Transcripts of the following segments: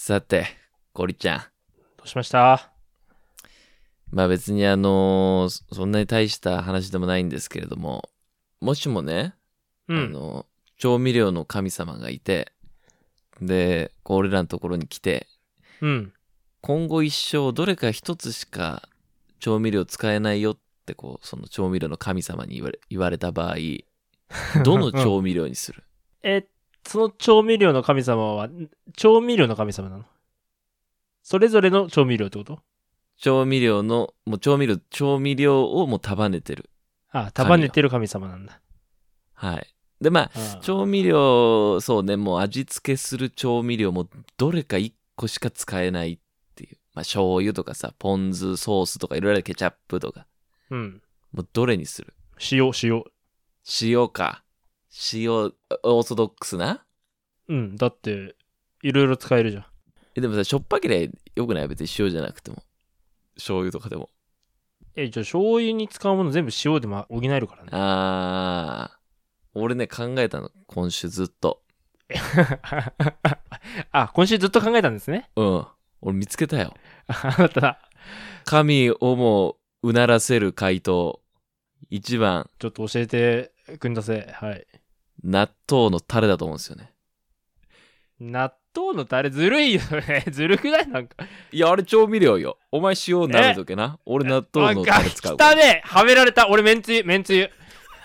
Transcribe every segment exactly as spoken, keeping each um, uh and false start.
さて、ゴリちゃん。 どうしました？ まあ別にあのーそんなに大した話でもないんですけれども、もしもね、 うん。 あの、調味料の神様がいて、で、こう俺らのところに来て、 うん。 今後一生どれか一つしか調味料使えないよってこう、その調味料の神様に言われ、言われた場合、どの調味料にする？ え、その調味料の神様は、調味料の神様なの？それぞれの調味料ってこと？ 調味料の、もう調味料、調味料をもう束ねてる。 あ、束ねてる神様なんだ。 はい。で、まあ、 あ調味料、そうね、もう味付けする調味料もどれか一個しか使えないっていう。まあ、醤油とかさ、ポン酢、ソースとかいろいろケチャップとか。 うん。 もうどれにする？ 塩、塩。 塩か。塩、オーソドックスな。 うん。だって、いろいろ使えるじゃん。 えでもさ、しょっぱければよくない？別に塩じゃなくても。醤油とかでも。 え、じゃあ醤油に使うもの全部塩でも補えるからね。 あー。俺ね、考えたの。今週ずっと。 あ、今週ずっと考えたんですね。 うん。俺見つけたよ。 あなただ。 神をもうならせる回答。いちばん。 ちょっと教えてくんだせ。はい。 納豆のタレだと思うんですよね。 納豆のタレずるいよね。ずるくないなんか。 いや、あれ調味料よ。お前塩舐めとけな。俺納豆のタレ使うから。 来たね。はめられた。俺めんつゆ、めんつゆ。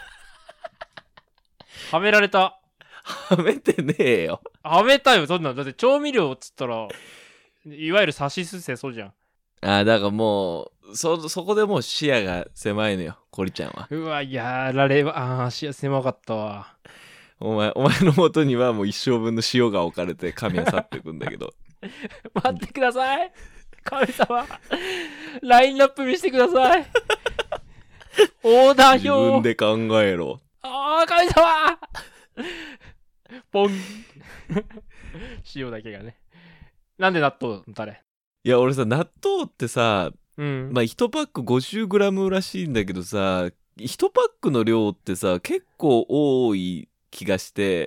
はめられた。 はめてねえよ。 はめたよ、そんなん。だって調味料っつったら、いわゆるさしすせそうじゃん。 ああ、だからもう、そ、そこでもう視野が狭いのよ、コリちゃんは。 うわ、やられば、ああ、視野狭かったわ。 お前、お前の元にはもう一生分の塩が置かれて神は去っていくんだけど。 待ってください。神様。ラインナップ見せてください。オーダー自表。 分で考えろ。 ああ、神様。ポン。塩だけがね。なんで納豆のタレ？ いや、俺さ、納豆ってさ、 うん。 まあ、いちパック ごじゅうグラム らしいんだけどさ、いちパックの量ってさ、結構多い気がして、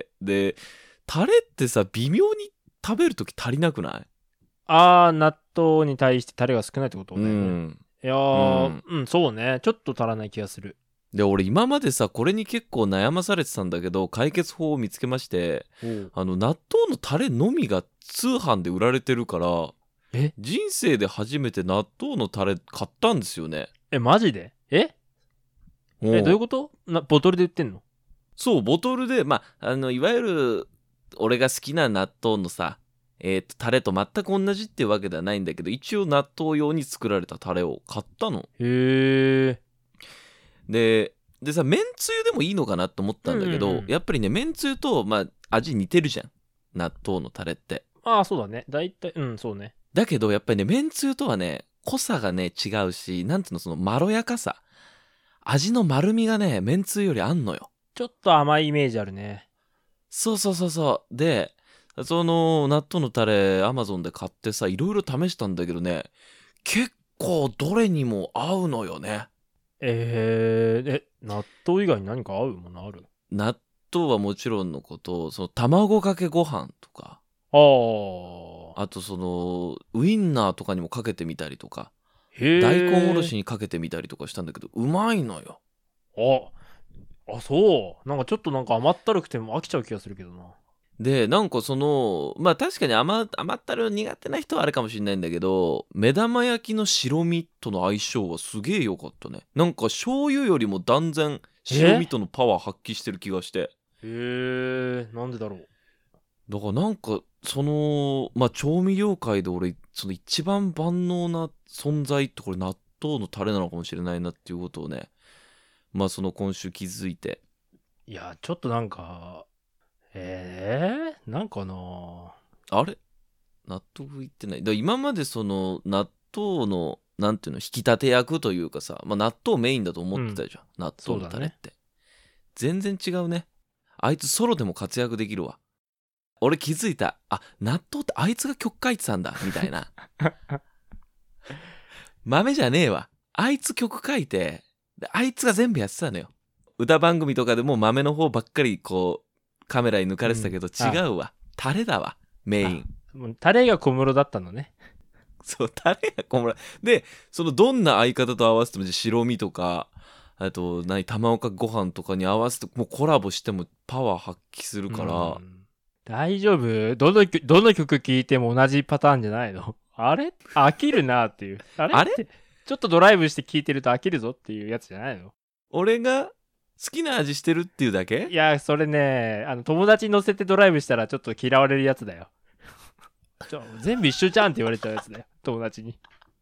で、タレってさ、微妙に食べるとき足りなくない？ ああ、納豆に対してタレが少ないってことうね。 ん。 いやー、うん、そうね。ちょっと足らない気がする。 で、俺今までさ、これに結構悩まされてたんだけど、解決法を見つけまして、あの、納豆のタレのみが通販で売られてるから、 え人生で初めて納豆のタレ買ったんですよね。 え、マジで？ええ、どういうことな、ボトルで売ってんの？ そう、ボトルで、まあ、あの、いわゆる、俺が好きな納豆のさ、えっと、タレと全く同じっていうわけではないんだけど、一応納豆用に作られたタレを買ったの。 へえ。 で、でさ、めんつゆでもいいのかなと思ったんだけど、 うんうんうんやっぱりね、めんつゆと、まあ、味似てるじゃん。納豆のタレって。 ああ、そうだね。だいたい、うん、そうね。 だけど、やっぱりね、めんつゆとはね、濃さがね、違うし、なんていうの、そのまろやかさ。味の丸みがね、めんつゆよりあんのよ。 ちょっと甘いイメージあるね。 そうそうそうそう。で、その納豆のタレ、アマゾンで買ってさ、いろいろ試したんだけどね、結構どれにも合うのよね。 えー、え、納豆以外に何か合うものある？ 納豆はもちろんのこと、その卵かけご飯とか、 ああ。 あとその、ウインナーとかにもかけてみたりとか、 へえ。 大根おろしにかけてみたりとかしたんだけど、うまいのよ。 あ、あ、そう。なんかちょっとなんか甘ったるくても飽きちゃう気がするけどな。 で、なんかその、まあ確かに甘、甘ったる苦手な人はあれかもしれないんだけど、目玉焼きの白身との相性はすげえ良かったね。なんか醤油よりも断然白身とのパワー発揮してる気がして。 へえ、なんでだろう。 だからなんか、その、まあ調味料界で俺、その一番万能な存在ってこれ納豆のタレなのかもしれないなっていうことをね、まあその今週気づいて。 いや、ちょっとなんか、えー、なんかな。 あれ納得いってない。だから今までその納豆のなんていうの引き立て役というかさ、まあ、納豆メインだと思ってたじゃん、うん、納豆のタレって、ね、全然違うね。あいつソロでも活躍できるわ。俺気づいた。あ、納豆ってあいつが曲書いてたんだみたいな。豆じゃねえわ。あいつ曲書いてであいつが全部やってたのよ。歌番組とかでも豆の方ばっかりこうカメラに抜かれてたけど、うん、違うわ。タレだわメイン。 もうタレが小室だったのね。 そうタレが小室で、そのどんな相方と合わせても白身とか、あと何卵かご飯とかに合わせてもうコラボしてもパワー発揮するから、 うん、大丈夫？どのどの曲聴いても同じパターンじゃないの？あれ飽きるなっていう。あれあれちょっとドライブして聴いてると飽きるぞっていうやつじゃないの？ 俺が好きな味してるっていうだけ？ いや、それね、あの友達に乗せてドライブしたらちょっと嫌われるやつだよ。ちょ全部一緒じゃんって言われちゃうやつだよ、友達に。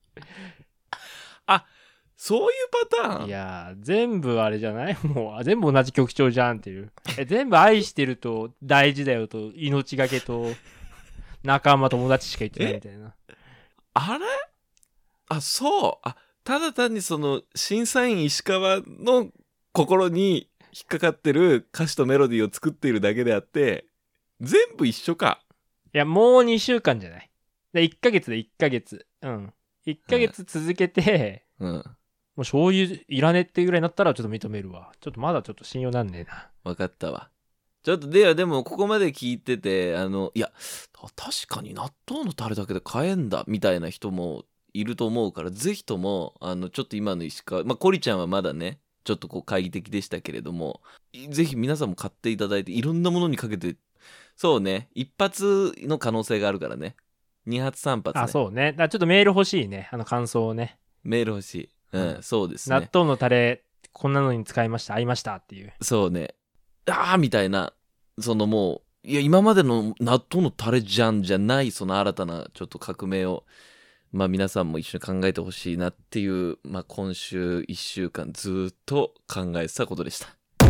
あ、そういうパターン？ いやー、全部あれじゃない？もう全部同じ曲調じゃんっていう。え、全部愛してると大事だよと命がけと仲間友達しか言ってないみたいな。 あれ？あ、そう。あ、ただ単にその審査員石川の心に引っかかってる歌詞とメロディーを作っているだけであって、全部一緒か。 いや、もうにしゅうかんじゃない。で、いっかげつでいっかげつ。うん。いっかげつ続けて、 うん。 もう醤油いらねってぐらいになったらちょっと認めるわ。ちょっとまだちょっと信用なんねえな。 わかったわ。ちょっとではでもここまで聞いてて、あの、いや、確かに納豆のタレだけで買えんだみたいな人もいると思うから、ぜひとも、あの、ちょっと今の石川、まあ、コリちゃんはまだね、ちょっとこう懐疑的でしたけれども、ぜひ皆さんも買っていただいて、いろんなものにかけて、そうね、一発の可能性があるからね。二発三発ね。 あ、そうね。だからちょっとメール欲しいね。あの感想をね。 メール欲しい。うん、うん、そうですね。 納豆のタレ、こんなのに使いました、合いましたっていう。 そうね。あーみたいな、そのもう、いや、今までの納豆のタレじゃんじゃない、その新たなちょっと革命を、まあ皆さんも一緒に考えてほしいなっていう、まあ今週いっしゅうかんずっと考えてたことでした。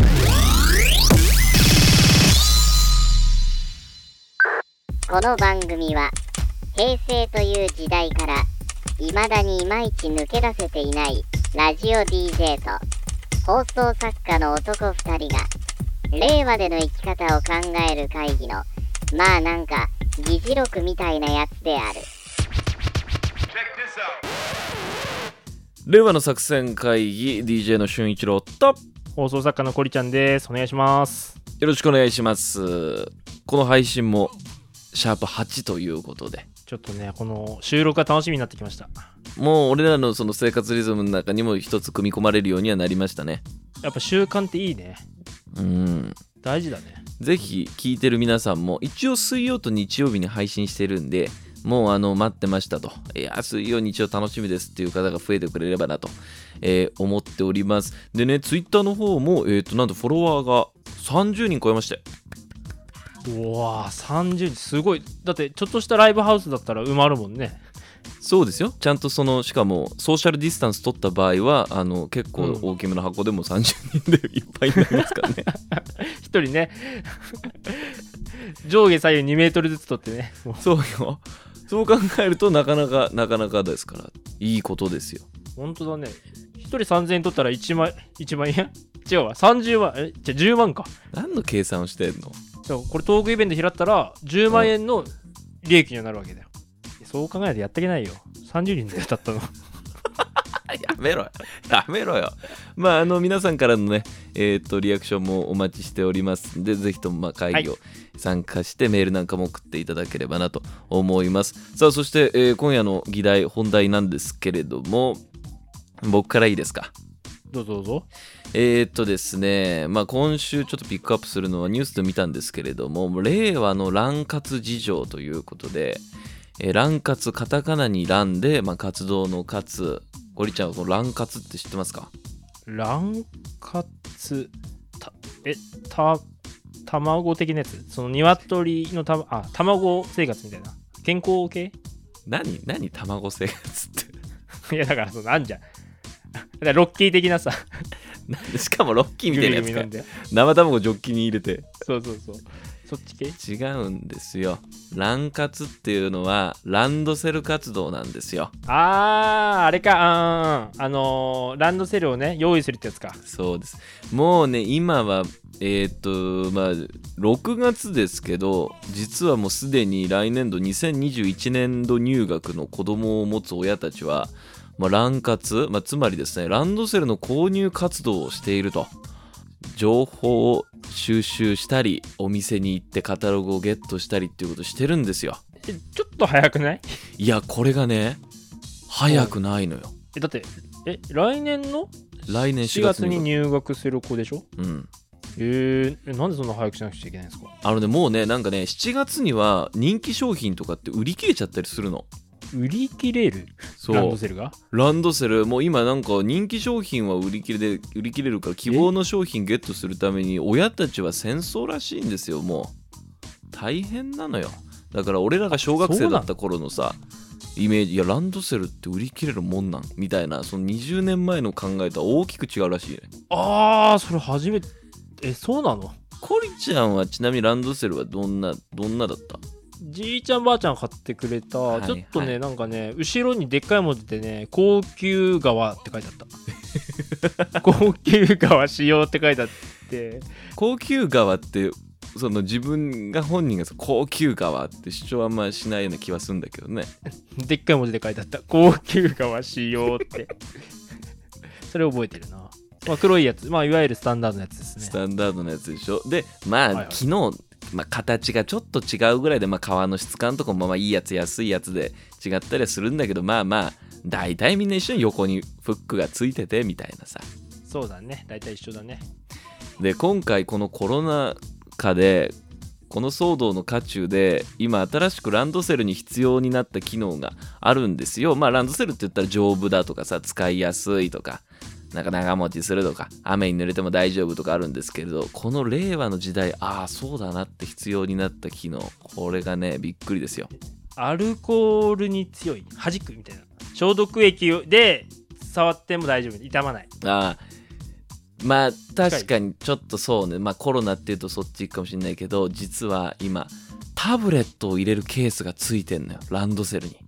この番組は平成という時代から未だにいまいち抜け出せていないラジオ ディージェー と放送作家の男ふたりが令和での生き方を考える会議のまあなんか議事録みたいなやつである。 令和の作戦会議 ディージェー の俊一郎と放送作家のコリちゃんです。お願いします。 よろしくお願いします。この配信もシャープはちということで、 ちょっとね、この収録が楽しみになってきました。 もう俺らのその生活リズムの中にも一つ組み込まれるようにはなりましたね。 やっぱ習慣っていいね。 うん、 大事だね。 ぜひ聞いてる皆さんも、一応水曜と日曜日に配信してるんで、もうあの待ってましたと、いや水曜日曜楽しみですっていう方が増えてくれればなと、えー、思っております。でね、ツイッターの方もえっとなんとフォロワーがさんじゅうにん超えまして、 うわーさんじゅうにんすごい。だってちょっとしたライブハウスだったら埋まるもんね。 そうですよ。ちゃんとそのしかもソーシャルディスタンス取った場合はあの結構大きめの箱でもさんじゅうにんでいっぱいになりますからね。 一人ね上下左右にメートルずつ取ってね。 そうよ。そう考えるとなかなかなかなかですから、いいことですよ。 本当だね。一人さんぜんえん取ったらいちまんいちまん円違うわ、さんじゅうまん、えじゃあじゅうまんか。 何の計算をしてんの？ そうこれトークイベント開ったらじゅうまん円の利益にはなるわけだよ。そう考えてやっていけないよ。さんじゅうにんで当たったの。 やめろよ。やめろよ。まあ、あの、皆さんからのね、えっと、リアクションもお待ちしておりますんで、ぜひとも、まあ、会議を参加して、メールなんかも送っていただければなと思います。さあ、そして、えー今夜の議題、本題なんですけれども、僕からいいですか。 どうぞどうぞ。 えーっとですね、まあ、今週ちょっとピックアップするのはニュースで見たんですけれども、令和の乱活事情ということで、えー、乱活、カタカナに乱で、まあ、活動の活。ゴリちゃんはこの乱活って知ってますか？ 乱活、たえ、た、卵的なやつ、その鶏のた、あ、卵生活みたいな。健康系？ 何何卵生活って。いや、だからその、なんじゃん。だからロッキー的なさ。 しかもロッキーみたいなやつか。 グリグリ生卵ジョッキに入れて。 そうそうそう。そっち系？ 違うんですよ。乱活っていうのはランドセル活動なんですよ。 あー、あれか。あー、あのー、ランドセルをね用意するってやつか。 そうです。もうね、今はえー、っとまあろくがつですけど、実はもうすでに来年度にせんにじゅういちねんど入学の子供を持つ親たちは、まあ、乱活、まあ、つまりですね、ランドセルの購入活動をしていると。情報を収集したり、お店に行ってカタログをゲットしたりっていうことをしてるんですよ。 えちょっと早くない？ いやこれがね早くないのよ。 えだってえ来年の来年しがつに入学する子でしょ。 うんえー、なんでそんな早くしなくちゃいけないんですか？ あのねもうねなんかねしちがつには人気商品とかって売り切れちゃったりするの。 売り切れる？ そうランドセルがランドセルもう今なんか人気商品は売り切れで売り切れるから希望の商品ゲットするために親たちは戦争らしいんですよ。もう大変なのよ。だから俺らが小学生だった頃のさイメージいやランドセルって売り切れるもんなんみたいなそのにじゅうねんまえの考えとは大きく違うらしいね。 あーそれ初めてえそうなの？ コリちゃんはちなみにランドセルはどんなどんなだった？ じいちゃんばあちゃん買ってくれた、 はいはい、 ちょっとねなんかね後ろにでっかい文字でね高級革って書いてあった高級革仕様って書いてあって高級革ってその自分が本人が高級革って主張あんましないような気はするんだけどねでっかい文字で書いてあった高級革仕様ってそれ覚えてるな。まあ黒いやつまあいわゆるスタンダードのやつですね。 スタンダードのやつでしょ。でまあ、はいはい、昨日まあ、形がちょっと違うぐらいで、まあ、革の質感とかもまあいいやつ安いやつで違ったりはするんだけどまあまあ大体みんな一緒に横にフックがついててみたいなさ。 そうだね大体一緒だね。 で今回このコロナ禍でこの騒動の渦中で今新しくランドセルに必要になった機能があるんですよ。まあランドセルって言ったら丈夫だとかさ使いやすいとかなんか長持ちするとか雨に濡れても大丈夫とかあるんですけれどこの令和の時代ああそうだなって必要になった機能これがねびっくりですよ。 アルコールに強い弾くみたいな消毒液で触っても大丈夫傷まない。 ああまあ確かにちょっとそうねまあコロナっていうとそっち行くかもしれないけど実は今タブレットを入れるケースがついてんのよランドセルに。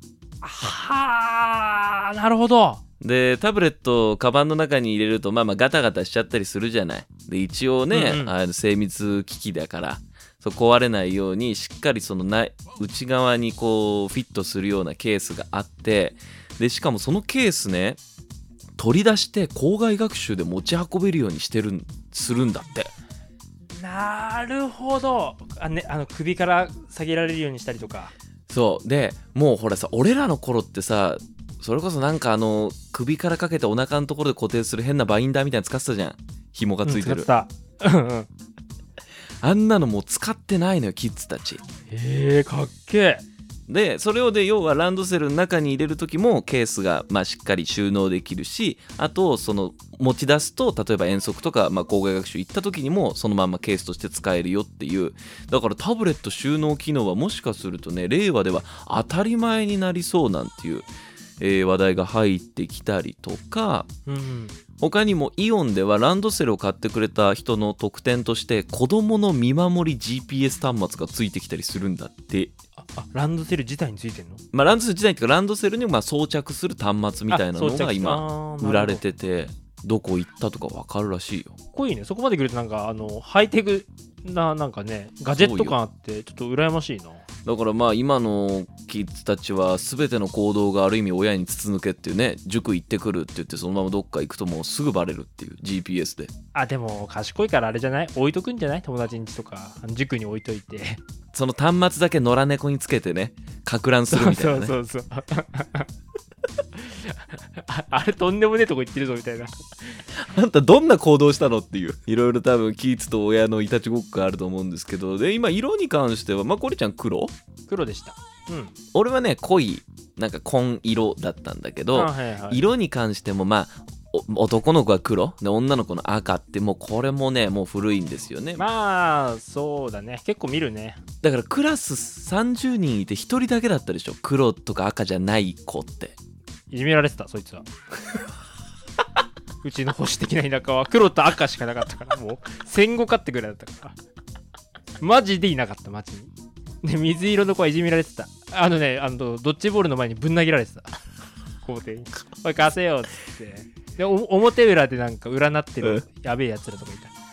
はあなるほど。 でタブレットをカバンの中に入れるとまあまあガタガタしちゃったりするじゃない。で一応ね、うんうん、あの精密機器だからそう壊れないようにしっかりその内内側にこうフィットするようなケースがあってでしかもそのケースね取り出して校外学習で持ち運べるようにしてるするんだって。 なるほど あ、ね、あの首から下げられるようにしたりとか。 そうでもうほらさ俺らの頃ってさそれこそなんかあの首からかけてお腹のところで固定する変なバインダーみたいなの使ってたじゃん紐がついてる、 うん、使ってたあんなのもう使ってないのよキッズたち。 へえかっけえ。 でそれをで要はランドセルの中に入れる時もケースがまあしっかり収納できるしあとその持ち出すと例えば遠足とかまあ校外学習行った時にもそのままケースとして使えるよっていうだからタブレット収納機能はもしかするとね令和では当たり前になりそうなんていうえー、話題が入ってきたりとか、うんうん、他にもイオンではランドセルを買ってくれた人の特典として子供の見守り ジーピーエス 端末がついてきたりするんだって。 ああランドセル自体についてんの？ まあランドセル自体っていうかランドセルにまあ装着する端末みたいなのが今売られててどこ行ったとか分かるらしいよ。 かっこいいね。そこまで来るとなんかあのハイテクななんかねガジェット感あってちょっと羨ましいな。 だからまあ今のキッズたちは全ての行動がある意味親に筒抜けっていうね塾行ってくるって言ってそのままどっか行くともうすぐバレるっていう ジーピーエス で。 あでも賢いからあれじゃない置いとくんじゃない友達ん家とか塾に置いといてその端末だけ野良猫につけてねか乱するみたいなね。 そうそうそうそうあ, あれとんでもねえとこ行ってるぞみたいなあんたどんな行動したのっていういろいろ多分キッズと親のいたちごっこがあると思うんですけどで今色に関してはまあこれちゃん黒黒でした。うん俺はね濃いなんか紺色だったんだけど、はいはい、色に関してもまあ男の子は黒で女の子の赤ってもうこれもねもう古いんですよね。 まあそうだね結構見るね。 だからクラスさんじゅうにんいてひとりだけだったでしょ黒とか赤じゃない子って。 いじめられてたそいつはうちの保守的な田舎は黒と赤しかなかったからもう戦後かってぐらいだったからマジでいなかったマジに。で水色の子はいじめられてた。あのねあのドッジボールの前にぶん投げられてた校庭におい貸せよっつってで表裏でなんか占ってるやべえやつらとかい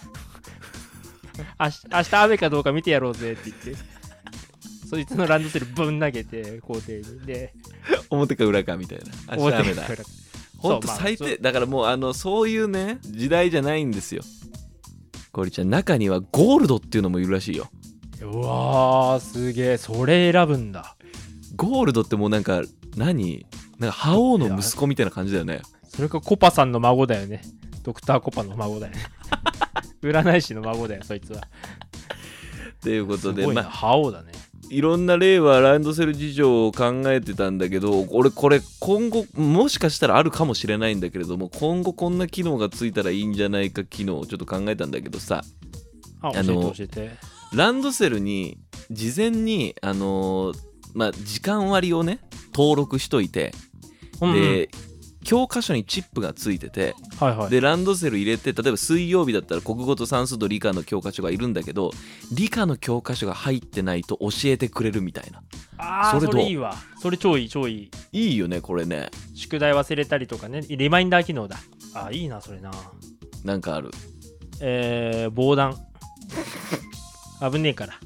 た明日、明日雨かどうか見てやろうぜって言ってそいつのランドセルぶん投げて校庭にで表か裏かみたいな明日雨だほんと最低、まあ、だからもうあのそういうね時代じゃないんですよ。これちゃん中にはゴールドっていうのもいるらしいよ。 うわーすげえそれ選ぶんだ。 ゴールドってもうなんか何なんか覇王の息子みたいな感じだよね。 それかコパさんの孫だよね。ドクターコパの孫だよね。占い師の孫だよそいつは。 ということで、 まあ覇王だね。 いろんな例はランドセル事情を考えてたんだけど、俺これ今後もしかしたらあるかもしれないんだけれども、今後こんな機能がついたらいいんじゃないか機能をちょっと考えたんだけどさ、 あ、教えて教えて。 ランドセルに事前にあのー、まあ時間割をね登録しといて、うん、で教科書にチップがついてて、はいはい、でランドセル入れて、例えば水曜日だったら国語と算数と理科の教科書がいるんだけど、理科の教科書が入ってないと教えてくれるみたいな。 あー、それそれいいわ。それ超いい超いい。 いいよねこれね。 宿題忘れたりとかね、リマインダー機能だ。あ、いいなそれな。 なんかある。 えー、防弾。危ねえから。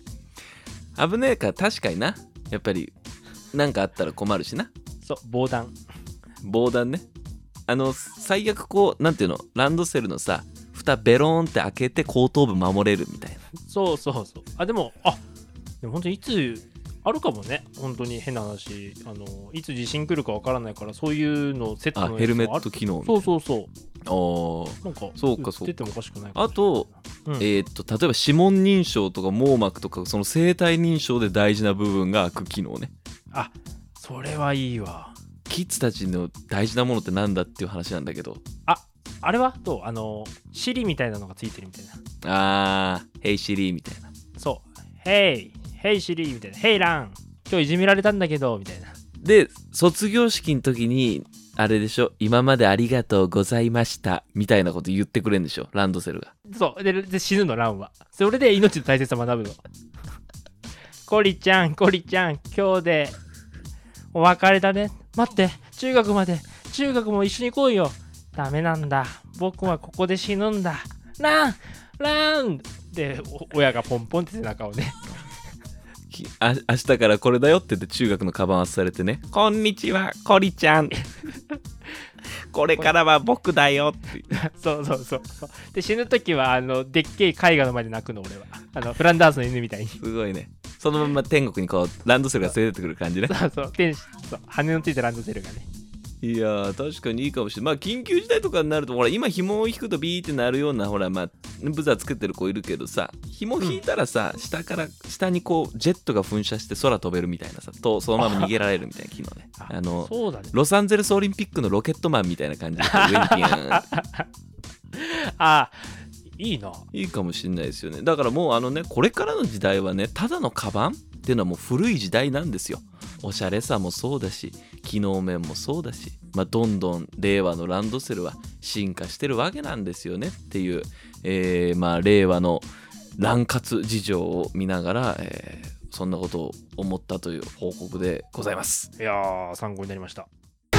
危ねえから、確かにな。やっぱりなんかあったら困るしな。 そう、防弾。 防弾ね。あの最悪こうなんていうの、ランドセルのさ蓋ベローンって開けて後頭部守れるみたいな。 そうそうそう。あ、でもあでも本当にいつあるかもね。本当に変な話、あのいつ地震来るかわからないから、そういうのセットのやつもある。 あ、ヘルメット機能。 そうそうそう。 ああ、 なんかそうかそうか。 売っててもおかしくないか。 あと、うん、えー、っと例えば指紋認証とか網膜とかその生体認証で大事な部分が開く機能ね。 あ、それはいいわ。 キッズたちの大事なものってなんだっていう話なんだけど。 あ、あれはどう、あのシリみたいなのがついてるみたいな。あー、ヘイシリみたいな。 そう、ヘイヘイシリみたいな、ヘイラン今日いじめられたんだけどみたいな。 で卒業式の時にあれでしょ、今までありがとうございましたみたいなこと言ってくれんでしょ、ランドセルが。 そうで、で死ぬのランは。それで命の大切さを学ぶの。コリちゃんコリちゃん今日でお別れだね。待って、中学まで中学も一緒に行こうよ。ダメなんだ、僕はここで死ぬんだ。ランランで親がポンポンって背中をねあ、明日からこれだよって言って中学のカバン渡されてね、こんにちはコリちゃんこれからは僕だよってそうそうそう。で死ぬ時はあのでっけえ絵画の前で泣くの俺は。あのフランダースの犬みたいに。 すごいね。そのまま天国にこうランドセルが連れてってくる感じね。 そうそう、天使、そう羽のついたランドセルがね。 いやー確かにいいかもしれない。まあ緊急事態とかになるとほら今紐を引くとビーってなるようなほらまあブザー作ってる子いるけどさ、紐引いたらさ、うん、下から下にこうジェットが噴射して空飛べるみたいなさ、とそのまま逃げられるみたいな機能ね。あのそうだね、 ロサンゼルスオリンピックのロケットマンみたいな感じで上にピーンあいいな。 いいかもしれないですよね。だからもうあのね、これからの時代はね、ただのカバンっていうのはもう古い時代なんですよ。おしゃれさもそうだし機能面もそうだし、まあ、どんどん令和のランドセルは進化してるわけなんですよねっていう、えー、まあ令和の乱活事情を見ながら、えー、そんなことを思ったという報告でございます。 いやー参考になりました。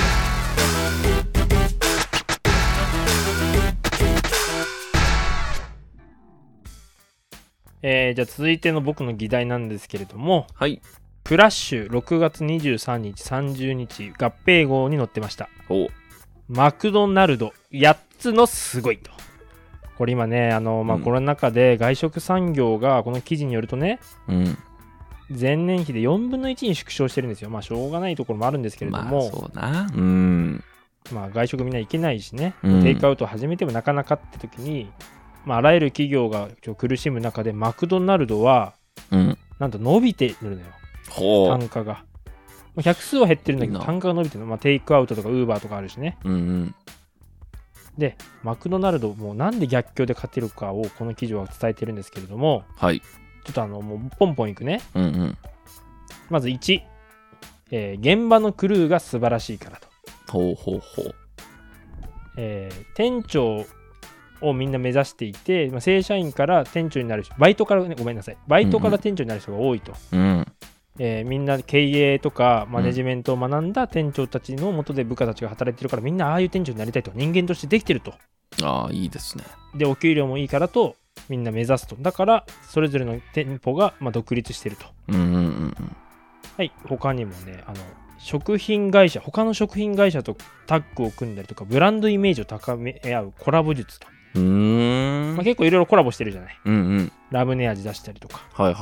えー、じゃあ続いての僕の議題なんですけれども、 はい、 クラッシュろくがつにじゅうさんにちさんじゅうにち合併号に載ってました。 おマクドナルドやっつのすごいと。これ今ね、あの、まあ、コロナ禍で外食産業がこの記事によるとね、うん、前年比でよんぶんのいちに縮小してるんですよ。まあしょうがないところもあるんですけれども、 まあそうな、うん、 まあ外食みんな行けないしね、うん、テイクアウト始めてもなかなかって時に、まあ、あらゆる企業が苦しむ中でマクドナルドは、うん、なんと伸びてるのよ。単価が百数は減ってるんだけど単価が伸びてるの、まあ、テイクアウトとかウーバーとかあるしね、うんうん、でマクドナルドもうなんで逆境で勝てるかをこの記事は伝えてるんですけれども、はい、ちょっとあのもうポンポンいくね、うんうん、まずいち、えー、現場のクルーが素晴らしいからと。 ほうほうほう、 えー、店長をみんな目指していて、まあ、正社員から店長になる人、バイトからね、ごめんなさい、バイトから店長になる人が多いと、うんうん、えー、みんな経営とかマネジメントを学んだ店長たちの下で部下たちが働いてるから、みんなああいう店長になりたいと、人間としてできてると。 ああいいですね。 でお給料もいいからとみんな目指すと。だからそれぞれの店舗がまあ独立してると、うんうんうんうん、はい。他にもね、あの食品会社他の食品会社とタッグを組んだりとか、ブランドイメージを高め合うコラボ術と。うーん、まあ、結構いろいろコラボしてるじゃない、うんうん、ラムネ味出したりとか、 はいはい、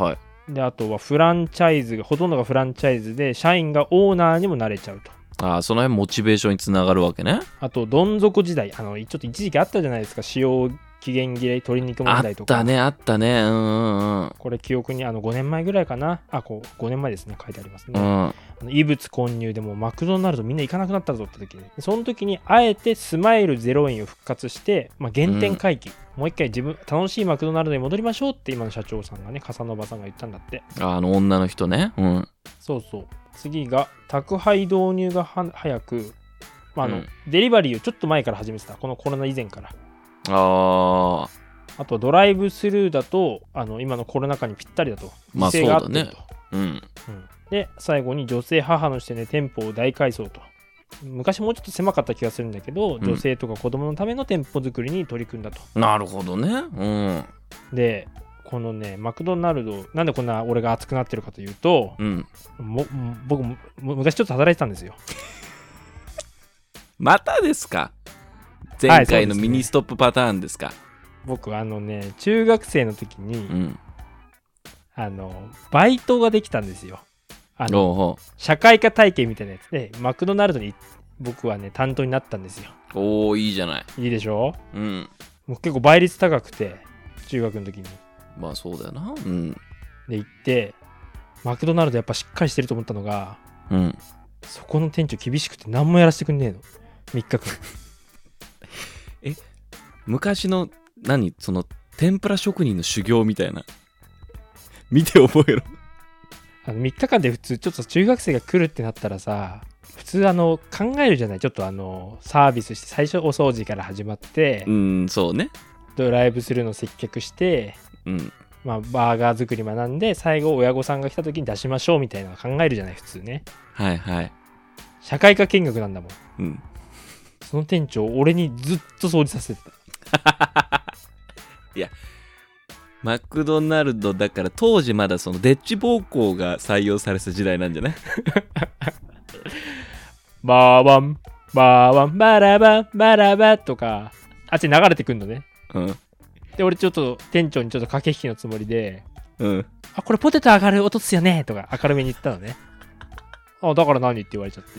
であとはフランチャイズがほとんどがフランチャイズで社員がオーナーにもなれちゃうと。 ああ、その辺モチベーションにつながるわけね。 あとどん底時代、あのちょっと一時期あったじゃないですか、使用期限切れ鶏肉問題とか。 あったねあったね。うんうんうん。 これ記憶にあのごねんまえぐらいかな、あこうごねんまえですね、書いてありますね、 うん、 あの異物混入でもマクドナルドみんな行かなくなったぞって時に、その時にあえてスマイルゼロ円を復活して、まあ、原点回帰、うん、もう一回自分楽しいマクドナルドに戻りましょうって今の社長さんがね、笠野場さんが言ったんだって。 ああの女の人ね。うん。 そうそう。次が宅配導入がは早く、まああの、うん、デリバリーをちょっと前から始めてた、このコロナ以前から。 ああ。 あとドライブスルーだとあの今のコロナ禍にぴったりだと。 まあそうだね。うん、うん。 で最後に女性母の視点で店舗を大改装と。昔もうちょっと狭かった気がするんだけど、うん、女性とか子供のための店舗作りに取り組んだと。 なるほどね。うん。 でこのねマクドナルドなんでこんな俺が熱くなってるかというと、うん、も僕も昔ちょっと働いてたんですよ。 またですか。前回のミニストップパターンですか。はい、 僕あのね中学生の時に、うん、あのバイトができたんですよ。あの社会科体験みたいなやつでマクドナルドに僕はね担当になったんですよ。 おーいいじゃない。 いいでしょ。 うん。 もう結構倍率高くて中学の時に。 まあそうだよな。うん。 で行ってマクドナルドやっぱしっかりしてると思ったのが、うん、そこの店長厳しくて何もやらせてくんねえの。みっかかん。 え昔の何その天ぷら職人の修行みたいな。見て覚えろ。 あのみっかかんで普通ちょっと中学生が来るってなったらさ、普通あの考えるじゃない。ちょっとあのサービスして最初お掃除から始まって、 うんそうね。 ドライブスルーの接客して、うん、まあバーガー作り学んで最後親御さんが来た時に出しましょうみたいなの考えるじゃない普通ね。 はいはい。 社会科見学なんだもん。 うん。 その店長俺にずっと掃除させてた。 いやマクドナルドだから当時まだそのデッチ暴行が採用された時代なんじゃない？ バーバンバーバンバラバンバラバとかあっち流れてくんのね。うん。で俺ちょっと店長にちょっと駆け引きのつもりで、うん。あこれポテト上がる音っすよねとか明るめに言ったのね。あだから何って言われちゃって。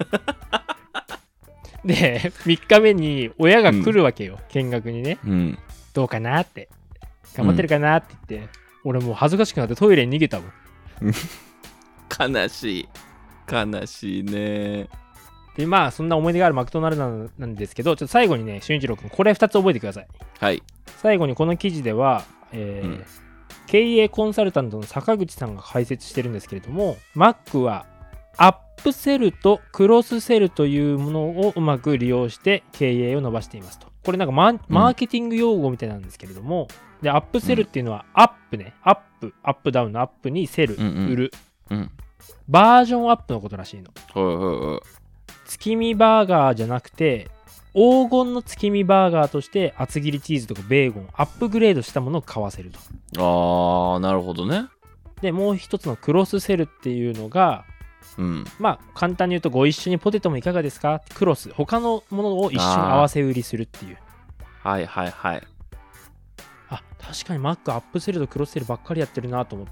でみっかめに親が来るわけよ、うん、見学にね、うん、どうかなって頑張ってるかなって言って、うん、俺もう恥ずかしくなってトイレに逃げたもん。 悲しい悲しいね。 でまあそんな思い出があるマクドナルドなんですけど、ちょっと最後にね俊一郎君これふたつ覚えてください。 はい。 最後にこの記事では、えーうん、経営コンサルタントの坂口さんが解説してるんですけれども、マックはアップセルとクロスセルというものをうまく利用して経営を伸ばしていますと。これなんか マ, マーケティング用語みたいなんですけれども、うん、でアップセルっていうのはアップね、アップアップダウンのアップにセル、うんうん、売る、うん、バージョンアップのことらしいの。 はいはいはい。 月見バーガーじゃなくて黄金の月見バーガーとして厚切りチーズとかベーコンアップグレードしたものを買わせると。 あーなるほどね。 でもう一つのクロスセルっていうのが、うん、まあ簡単に言うとご一緒にポテトもいかがですか、クロス他のものを一緒に合わせ売りするっていう。 はいはいはい。 あ確かにマックアップセルとクロスセルばっかりやってるなと思って、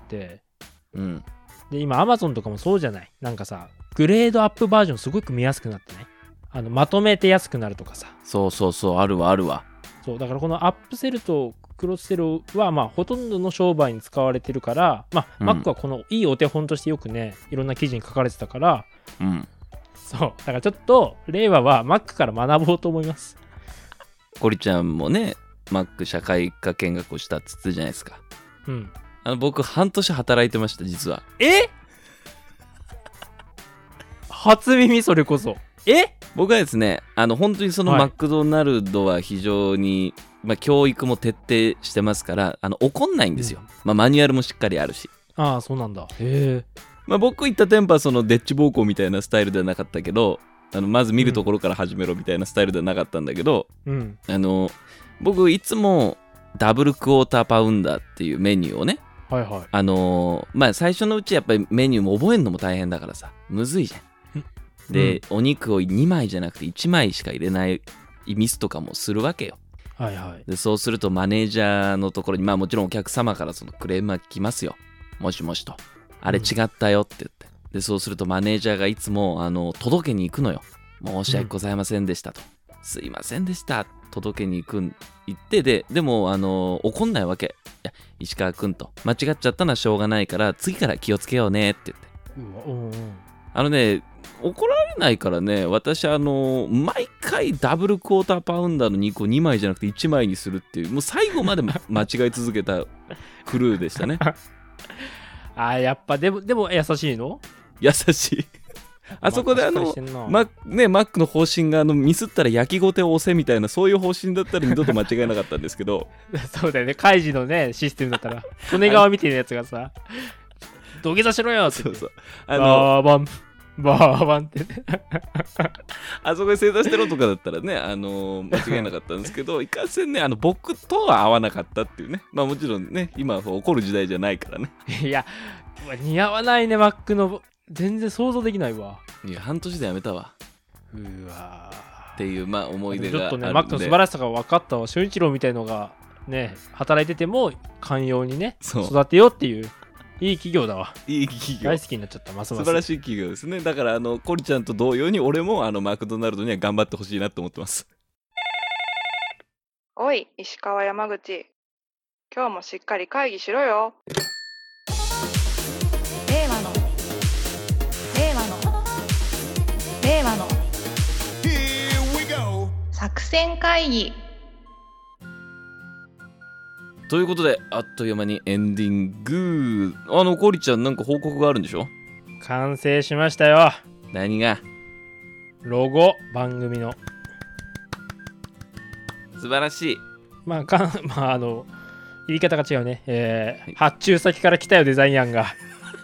うん、 で今アマゾンとかもそうじゃない。なんかさグレードアップバージョンすごく見やすくなってね、あのまとめて安くなるとかさ。 そうそうそうあるわあるわ。 そうだからこのアップセルとクロスセルはまあほとんどの商売に使われてるから、まあ、うん、マックはこのいいお手本としてよくねいろんな記事に書かれてたから、うん、そうだからちょっと令和はマックから学ぼうと思います。 コリちゃんもねマック社会科見学をしたっつってじゃないですか。うん。あの僕半年働いてました実は。 え初耳それこそ。え僕はですねあの本当にそのマクドナルドは非常に、はいまあ、教育も徹底してますからあの怒んないんですよ、うんまあ、マニュアルもしっかりあるし。 ああそうなんだ。へえ、 まあ、僕行った店舗はそのデッチ暴行みたいなスタイルではなかったけどあのまず見るところから始めろみたいなスタイルではなかったんだけど、うん、あの僕いつもダブルクォーターパウンダーっていうメニューをね、はいはい、あのまあ最初のうちやっぱりメニューも覚えるのも大変だからさむずいじゃん。で、うん、お肉をにまいじゃなくていちまいしか入れないミスとかもするわけよ。 はいはい。 でそうするとマネージャーのところにまあもちろんお客様からそのクレームは来ますよ。 もしもしと、あれ違ったよって言って、でそうするとマネージャーがいつもあの届けに行くのよ。申し訳ございませんでしたと、うん、すいませんでした届けに行くん行ってででもあの怒んないわけ。いや石川くんと間違っちゃったのはしょうがないから次から気をつけようねって言って、うんうん、あのね怒られないからね。私あの毎回ダブルクォーターパウンダーの肉をにまいじゃなくていちまいにするっていう、もう最後まで間違い続けたクルーでしたねあやっぱでもでも優しいの？ 優しいあそこであのマ, ね、マックの方針があのミスったら焼きごてを押せみたいなそういう方針だったら二度と間違いなかったんですけどそうだよね、カイジのねシステムだったら利根川みたいなやつがさ土下座しろよって言って、そうそうあのバーバンバーバンってねあそこで正座してろとかだったらね、あのー、間違いなかったんですけどいかんせんねあの僕とは合わなかったっていうね。まあもちろんね今は怒る時代じゃないからねいや似合わないねマックの全然想像できないわ。 いや半年でやめたわ。 うわっていうまあ思い出があるんで、ちょっとねマックの素晴らしさが分かったわ。俊一郎みたいのがね働いてても寛容にね育てようっていういい企業だわ。 いい企業大好きになっちゃった。ますます素晴らしい企業ですね。だからあのコリちゃんと同様に俺もあのマクドナルドには頑張ってほしいなと思ってます。 おい石川山口、今日もしっかり会議しろよ。令和の令和の令和の作戦会議ということであっという間にエンディング。あのコリちゃんなんか報告があるんでしょ？ 完成しましたよ。 何が？ ロゴ、番組の素晴らしい。 まあかまああの言い方が違うね、えーはい、発注先から来たよデザイン案が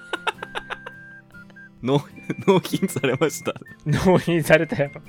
納品されました。 納品されたよ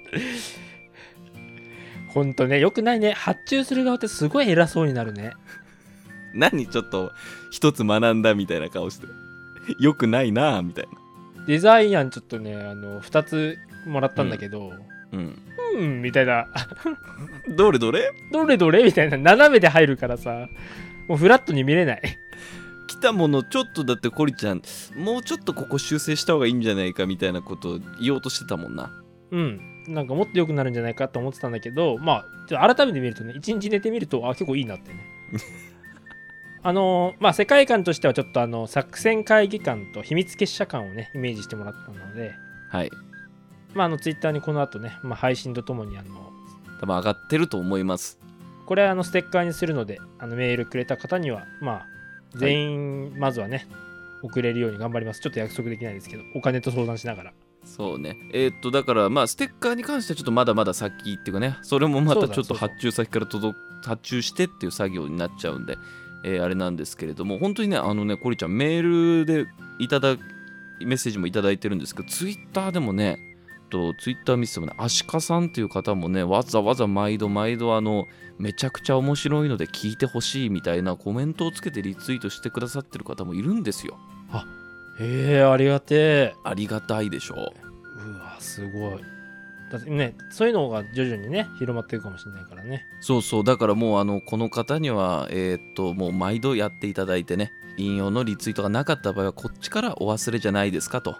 ほんとねよくないね。発注する側ってすごい偉そうになるね。 何ちょっと一つ学んだみたいな顔してよくないなみたいな。 デザイン案ちょっとねあのふたつもらったんだけど、うん、うん、みたいなどれどれどれどれみたいな斜めで入るからさもうフラットに見れない。 来たものちょっとだってコリちゃんもうちょっとここ修正した方がいいんじゃないかみたいなことを言おうとしてたもんな。 うんなんかもっと良くなるんじゃないかと思ってたんだけど、まあちょっと改めて見るとね一日寝てみるとあ結構いいなってねあのまあ世界観としてはちょっとあの作戦会議感と秘密結社感をねイメージしてもらったので、 はいまああのツイッターにこの後ね、まあ、配信とともにあの多分上がってると思います。 これはあのステッカーにするのであのメールくれた方にはまあ全員まずはね、はい、送れるように頑張ります。ちょっと約束できないですけどお金と相談しながら。 そうねえー、っとだからまあステッカーに関してはちょっとまだまだ先っていうかね、それもまたちょっと発注先から届発注してっていう作業になっちゃうんで、えー、あれなんですけれども、本当にねあのねコリちゃんメールでいただメッセージもいただいてるんですけど、ツイッターでもねとツイッター見ててもねアシカさんっていう方もねわざわざ毎度毎度あのめちゃくちゃ面白いので聞いてほしいみたいなコメントをつけてリツイートしてくださってる方もいるんですよ。 あへえありがてえ。 ありがたいでしょう。 うわすごい。だってねそういうのが徐々にね広まってるかもしれないからね。 そうそうだからもうあのこの方にはえー、っともう毎度やっていただいてね、引用のリツイートがなかった場合はこっちからお忘れじゃないですかと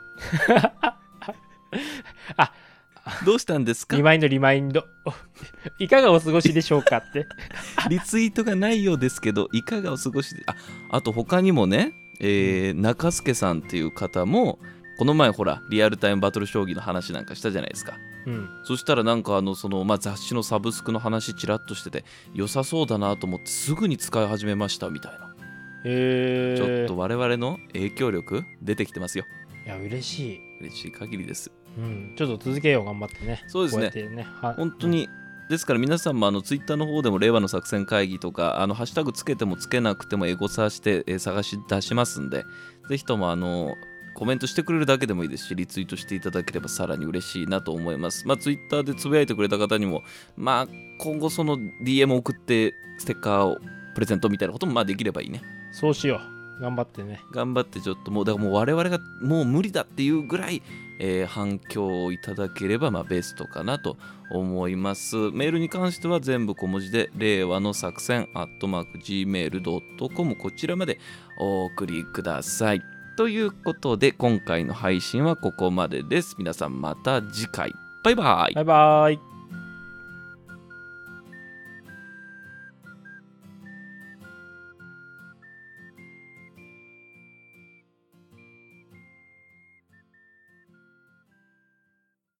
あどうしたんですかリマインドリマインドいかがお過ごしでしょうかってリツイートがないようですけどいかがお過ごしで、ああと他にもね、えー、中助さんっていう方もこの前ほらリアルタイムバトル将棋の話なんかしたじゃないですか、うん、そしたらなんかあのその、まあ、雑誌のサブスクの話ちらっとしてて良さそうだなと思ってすぐに使い始めましたみたいな。 へーちょっと我々の影響力出てきてますよ。 いや嬉しい嬉しい限りです、 うん、ちょっと続けよう頑張ってね。 そうですね、 こうやってね本当に、うん、ですから皆さんもあのツイッターの方でも令和の作戦会議とかあのハッシュタグつけてもつけなくてもエゴサーして、えー、探し出しますんで、ぜひともあのコメントしてくれるだけでもいいですしリツイートしていただければさらに嬉しいなと思います。まあツイッターでつぶやいてくれた方にもまあ今後その ディーエム 送ってステッカーをプレゼントみたいなこともまあできればいいね。 そうしよ頑張ってね。 頑張ってちょっともうだからもう我々がもう無理だっていうぐらい、えー反響をいただければまあベストかなと思います。メールに関しては全部小文字で令和の作戦アットマーク ジーメールドットコム こちらまでお送りください。ということで今回の配信はここまでです。皆さんまた次回バイバイ。 バイバーイ。